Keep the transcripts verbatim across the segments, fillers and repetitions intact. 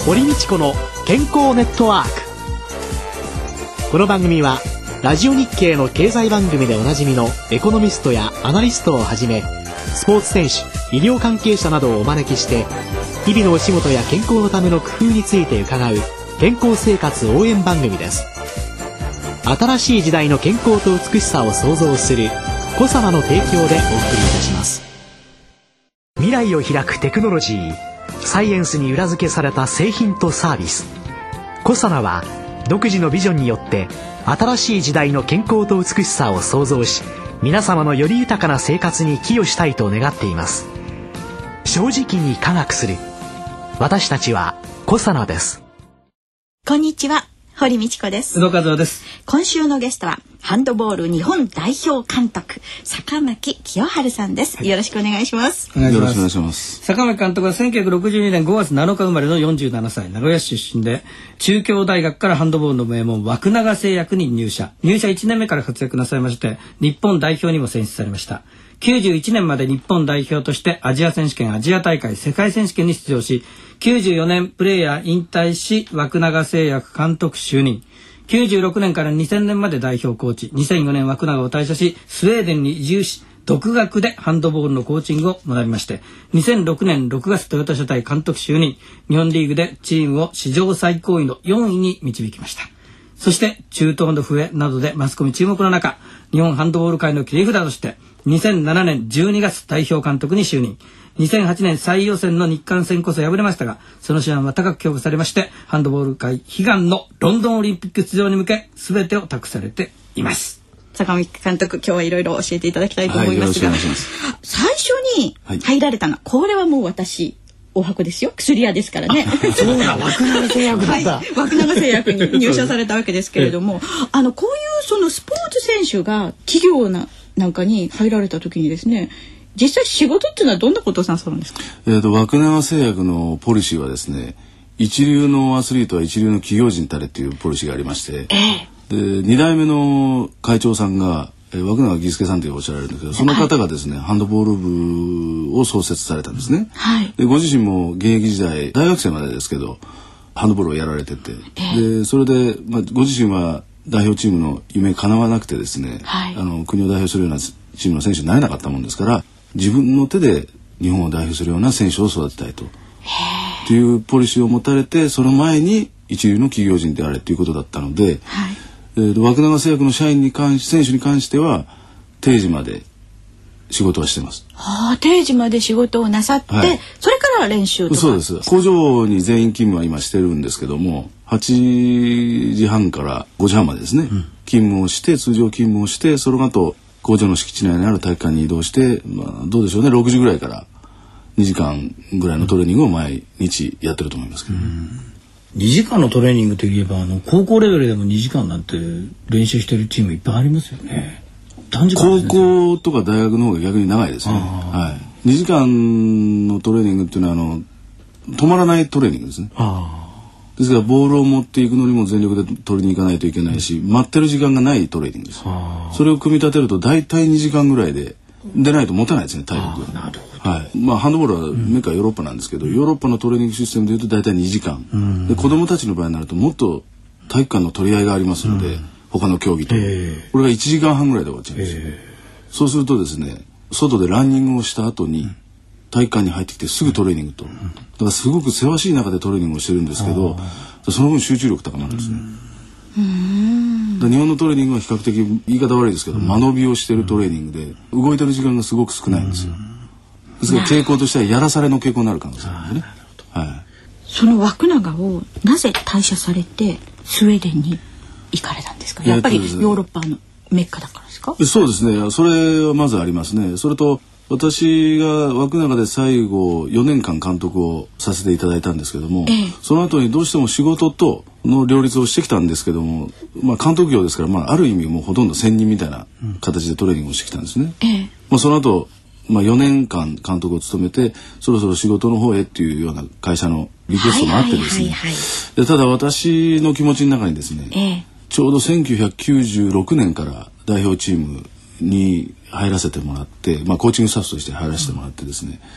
堀道子の健康ネットワーク。この番組はラジオ日経の経済番組でおなじみのエコノミストやアナリストをはじめ、スポーツ選手、医療関係者などをお招きして日々のお仕事や健康のための工夫について伺う健康生活応援番組です。新しい時代の健康と美しさを創造するコサナの提供でお送りいたします。未来を開くテクノロジー、サイエンスに裏付けされた製品とサービス。コサナは独自のビジョンによって新しい時代の健康と美しさを創造し、皆様のより豊かな生活に寄与したいと願っています。正直に科学する、私たちはコサナです。 こんにちは、堀道子です。 宇野和夫です。 今週のゲストはハンドボール日本代表監督坂巻清春さんです。よろしくお願いします。 お願いします。 よろしくお願いします。 坂巻監督はせんきゅうひゃくろくじゅうにねんごがつなのか生まれのよんじゅうななさい、名古屋市出身で、中京大学からハンドボールの名門枠永製薬に入社。入社いちねんめから活躍なさいまして、日本代表にも選出されました。きゅうじゅういちねんまで日本代表としてアジア選手権、アジア大会、世界選手権に出場し、きゅうじゅうよねんプレーヤー引退し、枠永製薬監督就任。きゅうじゅうろくねんからにせんねんまで代表コーチ、にせんよねん枠永を退社し、スウェーデンに移住し、独学でハンドボールのコーチングを学びまして、にせんろくねんろくがつトヨタ車体監督就任。日本リーグでチームを史上最高位のよんいに導きました。そして中東の笛などでマスコミ注目の中、日本ハンドボール界の切り札としてにせんななねんじゅうにがつ代表監督に就任。にせんはちねん最予選の日韓戦こそ敗れましたが、その試合は高く評価されまして、ハンドボール界悲願のロンドンオリンピック出場に向け全てを託されています。 坂巻監督、今日はいろいろ教えていただきたいと思いますが、 はい、よろしくお願いします。 最初に入られたのは、はい、これはもう私お箱ですよ、薬屋ですからね。 そうだ、枠永製薬だった、 はい、枠永製薬に入社されたわけですけれどもあのこういうそのスポーツ選手が企業ななんかに入られた時にですね、実際仕事っていうのはどんなことをなさるんですか？ えーと、枠永製薬のポリシーはですね、一流のアスリートは一流の企業人たれっていうポリシーがありまして、えー、でに代目の会長さんが、えー、枠永義介さんというおっしゃられるんですけど、その方がですね、はい、ハンドボール部を創設されたんですね、はい、でご自身も現役時代大学生までですけどハンドボールをやられてて、えー、でそれで、まあ、ご自身は代表チームの夢叶わなくてですね、はい、あの国を代表するようなチームの選手になれなかったもんですから、自分の手で日本を代表するような選手を育てたいとというポリシーを持たれて、その前に一流の企業人であれということだったので、はい、えー、枠永製薬の社員に関し選手に関しては定時まで仕事はしてます。 はあ、定時まで仕事をなさって、はい、それから練習とか。 そうです。工場に全員勤務は今してるんですけども、はちじはんからごじはんまでですね、うん、勤務をして通常勤務をして、その後工場の敷地内にある体育館に移動して、まあ、どうでしょうね、ろくじぐらいからにじかんぐらいのトレーニングを毎日やってると思いますけど、ね、うん、 にじかんのトレーニングといえば、あの高校レベルでもにじかんなんて練習してるチームいっぱいありますよね。短時間ですね。高校とか大学の方が逆に長いですね、はい、にじかんのトレーニングっていうのはあの止まらないトレーニングですね。あですからボールを持っていくのにも全力で取りに行かないといけないし、待ってる時間がないトレーニングです。それを組み立てると大体にじかんぐらいで出ないと持たないですね、体力が。なるほど、はい、まあ、ハンドボールはメカヨーロッパなんですけど、うん、ヨーロッパのトレーニングシステムでいうと大体にじかん、うん、で子どもたちの場合になるともっと体育館の取り合いがありますので、うん、他の競技とこれがいちじかんはんぐらいで終わっちゃうんですよ。そうするとですね、外でランニングをした後に体育館に入ってきてすぐトレーニングと、だからすごくせわしい中でトレーニングをしてるんですけど、その分集中力高まるんですね。うーん、日本のトレーニングは比較的言い方悪いですけど、間延びをしてるトレーニングで動いてる時間がすごく少ないんですよ。ですから傾向としてはやらされの傾向になる可能性なんでね、はい、 その枠永をなぜ退社されてスウェーデンに行かれたんですか？やっぱりヨーロッパのメッカだからですか？ そうですね、それはまずありますね。それと私が枠永で最後よねんかん監督をさせていただいたんですけども、ええ、その後にどうしても仕事との両立をしてきたんですけども、まあ、監督業ですから、まあ、ある意味もうほとんど専任みたいな形でトレーニングをしてきたんですね、ええ、まあ、その後、まあ、よねんかん監督を務めてそろそろ仕事の方へっていうような会社のリクエストもあってですね、でただ私の気持ちの中にですね、ええ、ちょうどせんきゅうひゃくきゅうじゅうろくねんから代表チームに入らせてもらって、まあ、コーチングスタッフとして入らせてもらってですね、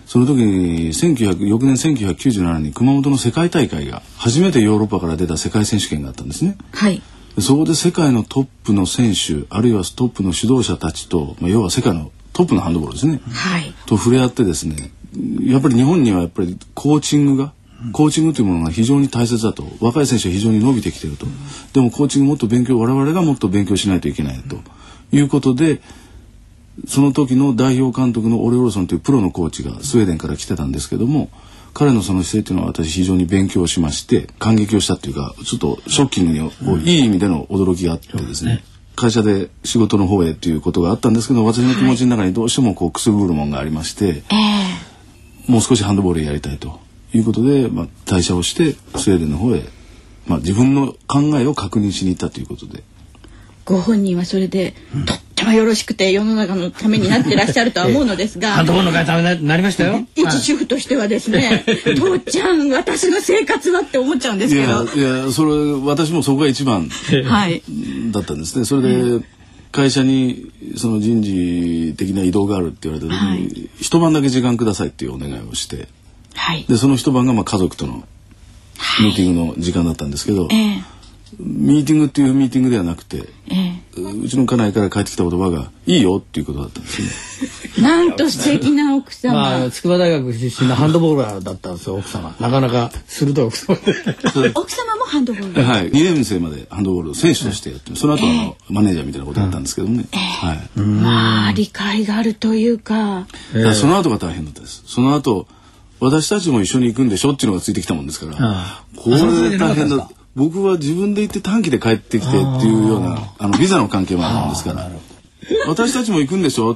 その時にせんきゅうひゃく翌年せんきゅうひゃくきゅうじゅうななねんに熊本の世界大会が初めてヨーロッパから出た世界選手権があったんですね。 はい。 そこで世界のトップの選手あるいはトップの指導者たちと、まあ、要は世界のトップのハンドボールですね、 はい、 と触れ合ってですね、やっぱり日本にはやっぱりコーチングがコーチングというものが非常に大切だと。若い選手は非常に伸びてきていると。でもコーチングもっと勉強我々がもっと勉強しないといけないということで、その時の代表監督のオレオルソンというプロのコーチがスウェーデンから来てたんですけども、彼のその姿勢というのは私非常に勉強しまして感激をしたというか、ちょっとショッキングに、うん、いい意味での驚きがあってですね、会社で仕事の方へということがあったんですけど、私の気持ちの中にどうしてもこうくすぐるものがありまして、はい、もう少しハンドボールやりたいということで、まあ、退社をしてスウェーデンの方へ、まあ、自分の考えを確認しに行ったということで。 ご本人はそれで、うん、とってもよろしくて世の中のためになってらっしゃるとは思うのですがハンドボールのためになりましたよ。 一主婦としてはですね父ちゃん私の生活はって思っちゃうんですけど、 いやいやそれ私もそこが一番だったんですね。それで会社にその人事的な移動があるって言われた時に、はい、一晩だけ時間くださいっていうお願いをして、はい、でその一晩がまあ家族とのミーティングの時間だったんですけど、はい、えーミーティングっていうミーティングではなくて、ええ、うちの家内から帰ってきた言葉がいいよっていうことだったんですね。なんと素敵な奥様。 まあ、筑波大学出身のハンドボーラーだったんですよ、奥様。なかなか鋭い奥様で。 奥様もハンドボール。 はい、にねん生までハンドボールを選手としてやって、その後あの、えー、マネージャーみたいなことだったんですけどね。えーはい、 まあ理解があるというか。 えー、その後が大変だったです。その後私たちも一緒に行くんでしょっていうのがついてきたもんですから、ああこれ大変だ。僕は自分で行って短期で帰ってきてっていうようなあのビザの関係もあるんですから、私たちも行くんでしょ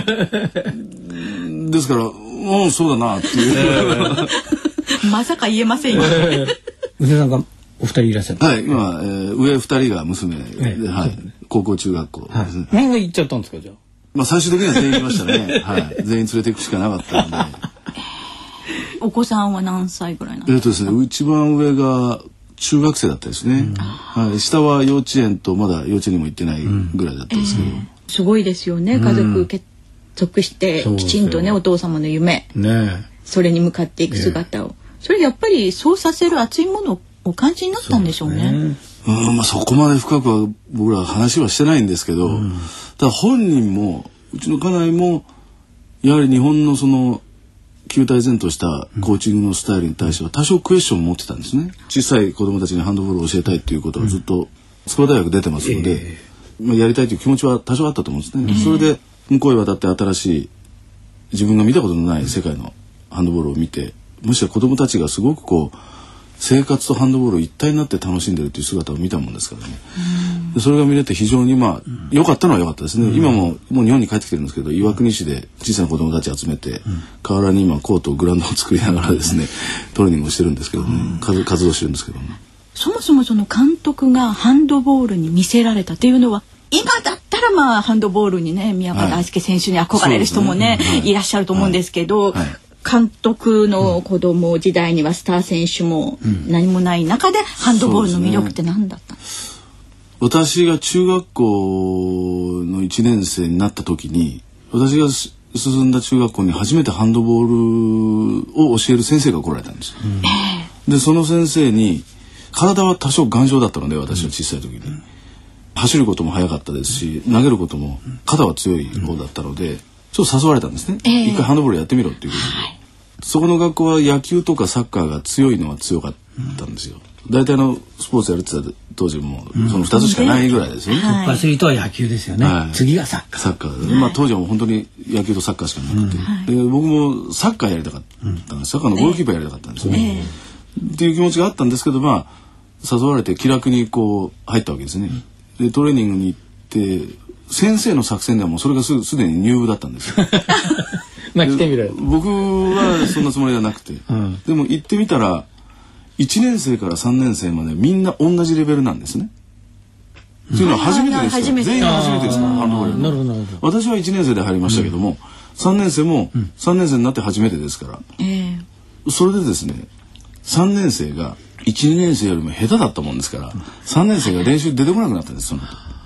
ですからうんそうだなっていうまさか言えませんよ。 娘さんがお二人いらっしゃる。 はい、今、えー、上二人が娘で、はい、高校中学校ですね。 何が行っちゃったんですかじゃあ。 まあ最終的には全員行きましたね。はい、全員連れて行くしかなかったので。 お子さんは何歳ぐらいなんですか。 えっとですね、一番上が中学生だったですね、うんはい、下は幼稚園とまだ幼稚園にも行ってないぐらいだったんですけど、うんえー、 すごいですよね、家族結束してきちんとね、お父様の夢、ね、それに向かっていく姿を、ね、それやっぱりそうさせる熱いものをお感じになったんでしょうね。 うん、まあ、そこまで深くは僕ら話はしてないんですけど、うん、ただ本人もうちの家内もやはり日本のその旧態依然としたコーチングのスタイルに対しては多少クエスチョンを持ってたんですね。小さい子どもたちにハンドボールを教えたいっていうことをずっと筑波大学出てますので、えーまあ、やりたいという気持ちは多少あったと思うんですね、えー、それで向こうへ渡って新しい自分が見たことのない世界のハンドボールを見て、もしくは子どもたちがすごくこう生活とハンドボールを一体になって楽しんでるという姿を見たもんですからね、でそれが見れて非常にまあ良かったのは良かったですね、うん、今ももう日本に帰ってきてるんですけど、岩国市で小さな子どもたち集めて、うん、河原に今コートグラウンドを作りながらですね、うん、トレーニングをしてるんですけどね、うん、活, 活動してるんですけどね。 そもそもその監督がハンドボールに魅せられたというのは、今だったらまあハンドボールにね宮川大輔選手に憧れる人もね、はい、ねいらっしゃると思うんですけど、はいはい、監督の子供時代にはスター選手も何もない中でハンドボールの魅力って何だったんですか。 私が中学校のいちねん生になった時に、私が進んだ中学校に初めてハンドボールを教える先生が来られたんですよ、うん、でその先生に体は多少頑丈だったので、私は小さい時に、うん、走ることも速かったですし、投げることも肩は強い方だったので、うん、ちょっと誘われたんですね、えー、一回ハンドボールやってみろっていうことで、はい、そこの学校は野球とかサッカーが強いのは強かったんですよ。大体のスポーツやるって言ったら当時もそのふたつしかないぐらいですよね、 トップアスリートは野球ですよね、はい、次がサッカー、 サッカー、まあ、当時はもう本当に野球とサッカーしかなくて、うん、で僕もサッカーやりたかったんです、うん、サッカーのゴールキーパーやりたかったんですよね、えー、っていう気持ちがあったんですけど、まあ誘われて気楽にこう入ったわけですね。でトレーニングに行って先生の作戦ではもうそれがすすでに入部だったんですよ。 まあ来てみろ。 僕はそんなつもりはなくて、うん、でも行ってみたらいちねん生からさんねん生までみんな同じレベルなんですね。うん、っていうのは初めてですから、全員初めてですから、ハンドボール。 なるほどなるほど。私はいちねん生で入りましたけども、うん、さんねん生もさんねん生になって初めてですから、うん、それでですねさんねん生がいちねん生よりも下手だったもんですから、さんねん生が練習出てこなくなったんです。その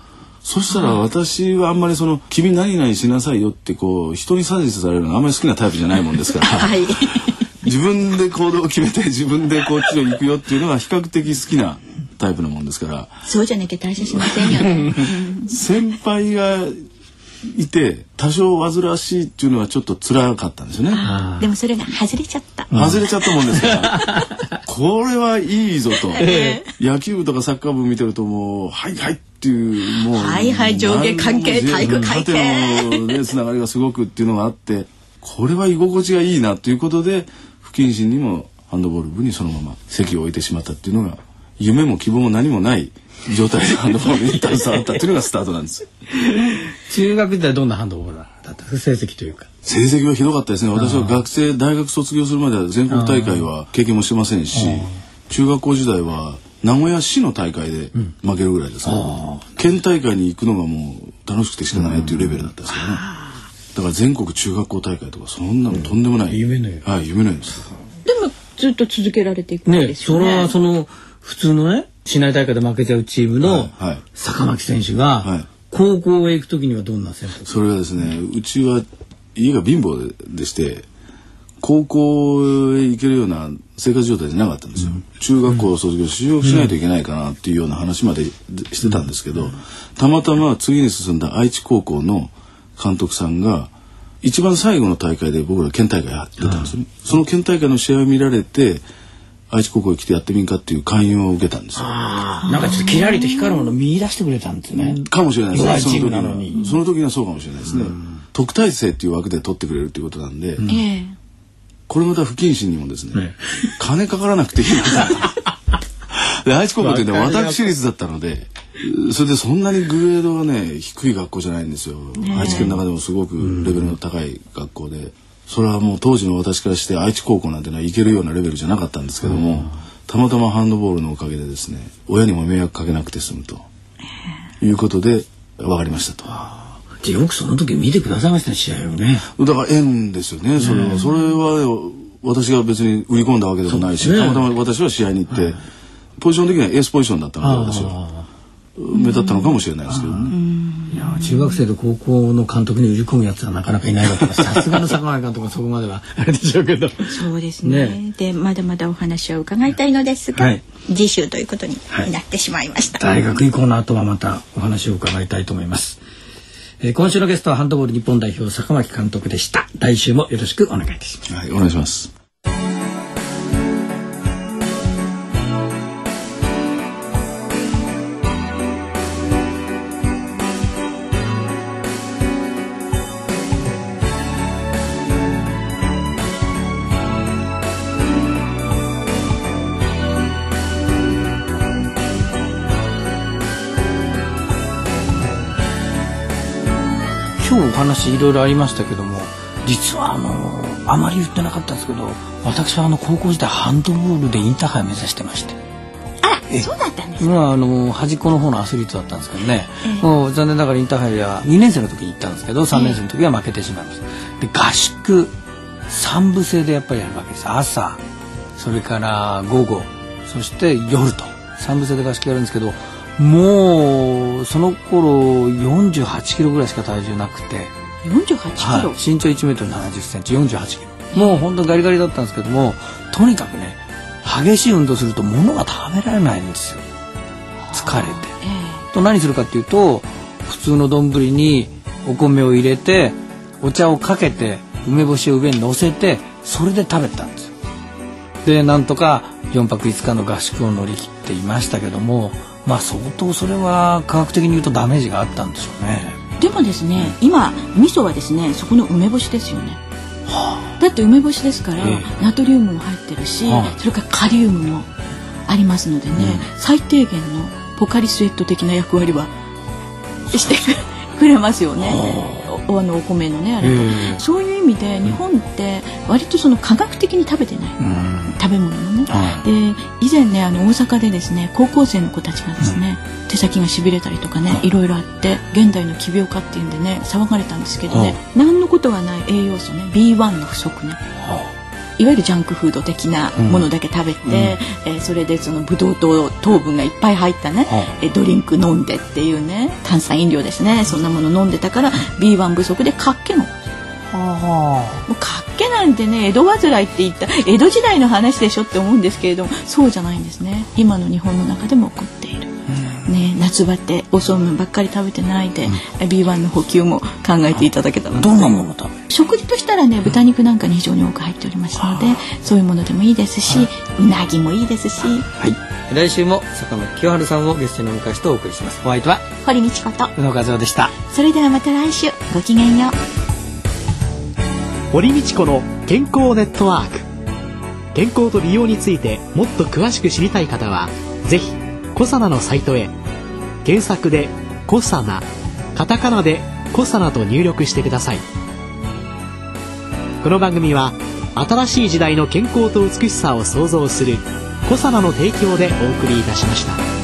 そしたら私はあんまりその君何々しなさいよってこう人に指示されるのがあんまり好きなタイプじゃないもんですから、はい、自分で行動を決めて自分でこっちを行くよっていうのが比較的好きなタイプのもんですから。 そうじゃなきゃ大事しませんよね。 先輩がいて多少煩わしいっていうのはちょっと辛かったんですよね。 でもそれが外れちゃった。 外れちゃったもんですからこれはいいぞと、えー、野球部とかサッカー部見てるともうはいはいっていうもうはいはい上下関係体育会系縦の、ね、つながりがすごくっていうのがあってこれは居心地がいいなということで不謹慎にもハンドボール部にそのまま籍を置いてしまったっていうのが夢も希望も何もない状態でハンドボールに携わったっていうのがスタートなんです。 中学時代どんなハンドボールだったんですか、成績というか。 成績はひどかったですね。私は学生大学卒業するまでは全国大会は経験もしてませんし、中学校時代は名古屋市の大会で負けるぐらいですね、うん、県大会に行くのがもう楽しくて仕方ないというレベルだったんですよね、うん、だから全国中学校大会とかそんなのとんでもない、うん、 夢のよう、 はい、夢のようです。 でもずっと続けられていくんですよね。 ね、それはその普通のね市内大会で負けちゃうチームの坂巻選手が、はいはい、高校へ行くときにはどんな選択？ それはですね、うちは家が貧乏でして高校へ行けるような生活状態じゃなかったんですよ、うん、中学校を卒業しようしないといけないかなっていうような話までしてたんですけど、うん、たまたま次に進んだ愛知高校の監督さんが一番最後の大会で僕ら県大会やってたんですよね、うん、その県大会の試合を見られて愛知高校へ来てやってみんかっていう勧誘を受けたんですよ。 なんかちょっとキラリと光るものを見出してくれたんですね。 かもしれないですね。 チームなのにその時にはそうかもしれないですね、うん、特待生っていう枠で取ってくれるっていうことなんで、うん、これまた不謹慎にもですね、ね金かからなくていいなで愛知高校ってね私立だったのでそれでそんなにグレードがね低い学校じゃないんですよ、ね、愛知県の中でもすごくレベルの高い学校で、うん、それはもう当時の私からして愛知高校なんてのは行けるようなレベルじゃなかったんですけども、うん、たまたまハンドボールのおかげでですね親にも迷惑かけなくて済むということで分かりましたと。 でよくその時見てくださいましたね試合をね。 だから縁ですよね。それは、それは私が別に売り込んだわけでもないし、ね、たまたま私は試合に行って、はい、ポジション的にはエースポジションだったので私は目立ったのかもしれないですけどね。 いや中学生と高校の監督に売り込むやつはなかなかいないわけです。さすがの坂上監督はそこまではあれでしょうけど。 そうですね。ねでまだまだお話を伺いたいのですが、はい、次週ということになってしまいました。 はい、大学以降の後はまたお話を伺いたいと思います。えー、今週のゲストはハンドボール日本代表坂巻監督でした。来週もよろしくお願いいたします。 はい、お願いします。 今日お話いろいろありましたけども、実はあのあまり言ってなかったんですけど、私はあの高校時代ハンドボールでインターハイ目指してまして。 あら、そうだったんですか。 まああの端っこの方のアスリートだったんですけどね。ええ、もう残念ながらインターハイはにねん生の時に行ったんですけど、さんねん生の時は負けてしまいました。で合宿さん部制でやっぱりやるわけです。朝、それから午後、そして夜とさん部制で合宿やるんですけど。もうその頃よんじゅうはちキロぐらいしか体重なくてよんじゅうはちキロ、 はい、身長いちメートルななじゅっセンチよんじゅうはちキロ、もう本当にガリガリだったんですけども、とにかくね激しい運動すると物が食べられないんですよ、疲れて、えー、と何するかっていうと普通の丼にお米を入れてお茶をかけて梅干しを上に乗せてそれで食べたんですよ。でなんとかよんぱくいつかの合宿を乗り切っていましたけども、まあ相当それは科学的に言うとダメージがあったんでしょうね。 でもですね、うん、今味噌はですねそこの梅干しですよね、はあ、だって梅干しですから、ええ、ナトリウムも入ってるし、はあ、それからカリウムもありますのでね、うん、最低限のポカリスエット的な役割はしてくれますよね、はあ、お, あのお米のねあれと、えー、そういう意味で日本って割とその科学的に食べてない、うん、食べ物のね、はい、で以前ねあの大阪でですね高校生の子たちがですね、うん、手先がしびれたりとかね、はい、いろいろあって現代の奇病かっていうんでね騒がれたんですけどね、はい、何のことはない栄養素ね ビーワン の不足ね、はいわゆるジャンクフード的なものだけ食べて、うん、えー、それでそのブドウ糖糖分がいっぱい入ったね、うん、ドリンク飲んでっていうね、炭酸飲料ですね、そんなもの飲んでたから ビーワン 不足で活気のもう活気なんてね、江戸患いって言った江戸時代の話でしょって思うんですけれども、そうじゃないんですね。今の日本の中でも起こっている、うん、ね、夏バテおそうめんばっかり食べてないで、うん、ビーワン の補給も考えていただけたら、 どんなものだ。 食事としたらね、豚肉なんかに非常に多く入っておりますので、そういうものでもいいですし、うなぎもいいですし、 はい、来週も坂巻清春さんをゲストにお迎えしてお送りします。お相手は堀道子と宇野和夫でした。 それではまた来週、ごきげんよう。 堀道子の健康ネットワーク。健康と美容についてもっと詳しく知りたい方はぜひコサナのサイトへ検索でコサナ、カタカナでコサナと入力してください。この番組は新しい時代の健康と美しさを創造するコサナの提供でお送りいたしました。